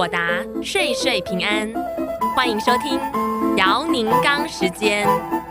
果达，岁岁平安。欢迎收听姚宁刚时间。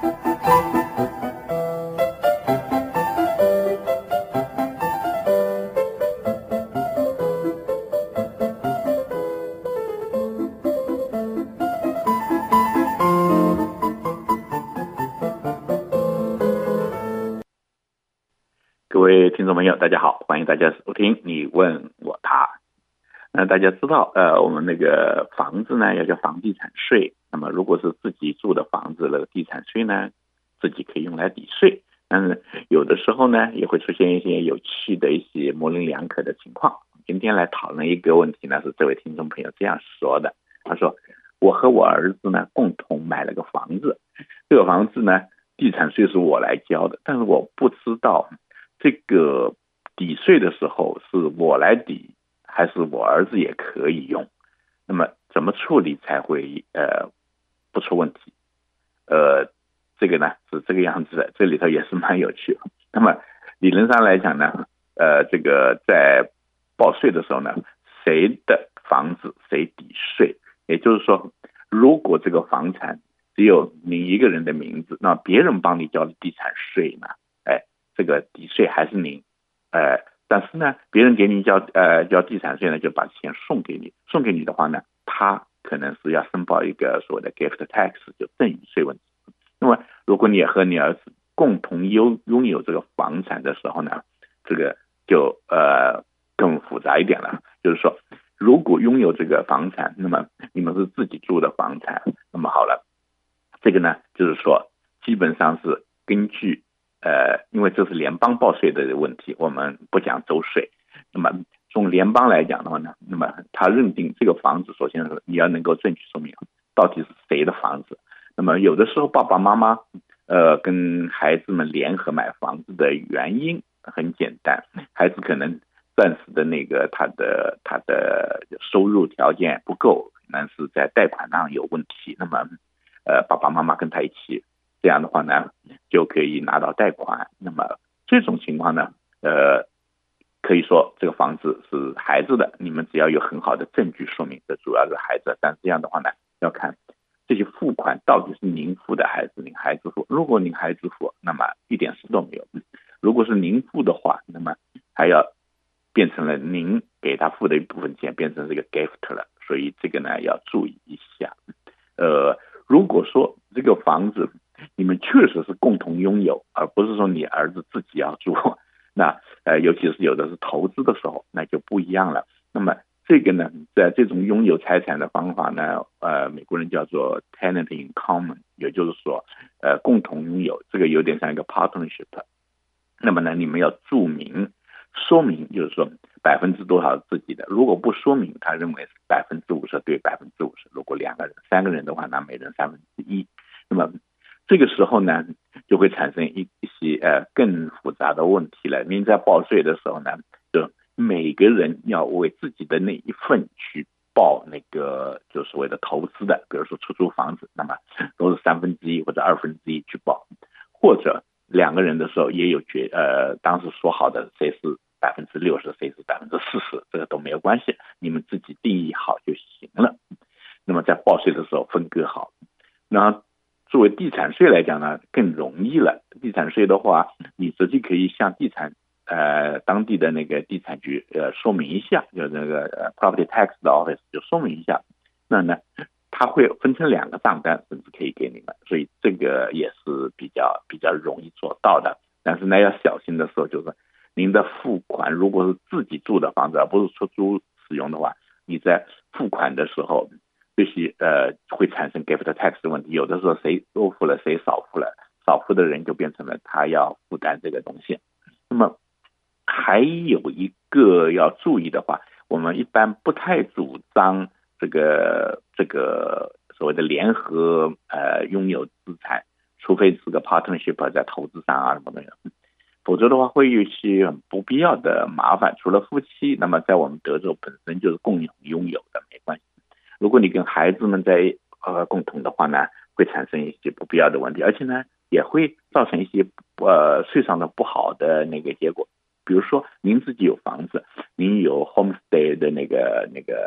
各位听众朋友大家好，欢迎大家收听你问我答。那大家知道我们那个房子呢要交房地产税，那么如果是自己住的房子，那个地产税呢自己可以用来抵税，但是有的时候呢也会出现一些有趣的一些模棱两可的情况。今天来讨论一个问题呢，是这位听众朋友这样说的，他说我和我儿子呢共同买了个房子，这个房子呢地产税是我来交的，但是我不知道这个抵税的时候是我来抵还是我儿子也可以用，那么怎么处理才会不出问题？这个呢是这个样子的，这里头也是蛮有趣的。那么理论上来讲呢，这个在报税的时候呢，谁的房子谁抵税，也就是说，如果这个房产只有您一个人的名字，那别人帮你交的地产税呢，这个抵税还是您，但是呢，别人给你交地产税呢，就把钱送给你的话呢，他可能是要申报一个所谓的 gift tax， 就赠与税问题。那么，如果你和你儿子共同拥有这个房产的时候呢，这个就更复杂一点了。就是说，如果拥有这个房产，那么你们是自己住的房产，那么好了，这个呢，就是说基本上是根据因为这是联邦报税的问题，我们不讲州税。那么从联邦来讲的话呢，那么他认定这个房子，首先是你要能够证据说明到底是谁的房子。那么有的时候爸爸妈妈跟孩子们联合买房子的原因很简单，孩子可能暂时的那个他的收入条件不够，可能是在贷款上有问题，那么爸爸妈妈跟他一起，这样的话呢就可以拿到贷款。那么这种情况呢可以说这个房子是孩子的，你们只要有很好的证据说明这主要是孩子，但这样的话呢要看这些付款到底是您付的还是您孩子付。如果您孩子付，那么一点事都没有，如果是您付的话，那么还要变成了您给他付的一部分钱变成这个 gift 了，所以这个呢要注意一下。如果说这个房子你们确实是共同拥有，而不是说你儿子自己要住，那尤其是有的是投资的时候，那就不一样了。那么这个呢，在这种拥有财产的方法呢，美国人叫做 tenant in common， 也就是说共同拥有，这个有点像一个 partnership。 那么呢你们要注明说明，就是说多少自己的，如果不说明，他认为是50%对50%，如果2个人3个人的话，那每人1/3。那么这个时候呢就会产生一些更复杂的问题了。您在报税的时候呢，就每个人要为自己的那一份去报那个就所谓的投资的，比如说出租房子，那么都是1/3或者1/2去报，或者2个人的时候也有当时说好的谁是60%谁是40%，这个都没有关系，你们自己定义好就行了。那么在报税的时候分割好。那作为地产税来讲呢更容易了，地产税的话你直接可以向当地的那个地产局说明一下，就那个property tax 的 office 就说明一下，那呢它会分成2个账单，甚至可以给你们，所以这个也是比较容易做到的。但是呢要小心的时候，就是您的付款如果是自己住的房子而不是出租使用的话，你在付款的时候这些会产生 gift tax 的问题，有的时候谁多付了谁少付了，少付的人就变成了他要负担这个东西。那么还有一个要注意的话，我们一般不太主张这个所谓的联合拥有资产，除非是个 partnership 在投资上什么的，否则的话会有一些不必要的麻烦。除了夫妻，那么在我们德州本身就是共同拥有的，没关系。如果你跟孩子们在共同的话呢，会产生一些不必要的问题，而且呢也会造成一些税上的不好的那个结果。比如说您自己有房子，您有 homestay 的那个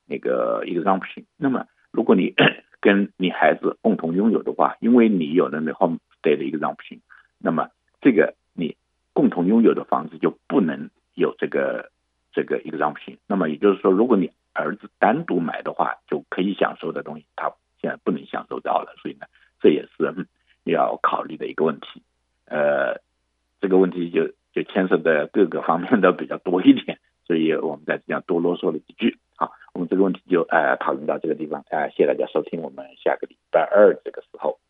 那个 exemption。那么如果你跟你孩子共同拥有的话，因为你有了那 homestay 的 exemption， 那么这个你共同拥有的房子就不能有这个 exemption。那么也就是说，如果你儿子单独买的话，就可以享受的东西，他现在不能享受到了。所以呢，这也是要考虑的一个问题。这个问题就牵涉的各个方面都比较多一点，所以我们在这样多啰嗦了几句。好，我们这个问题就讨论到这个地方。谢谢大家收听，我们下个礼拜二这个时候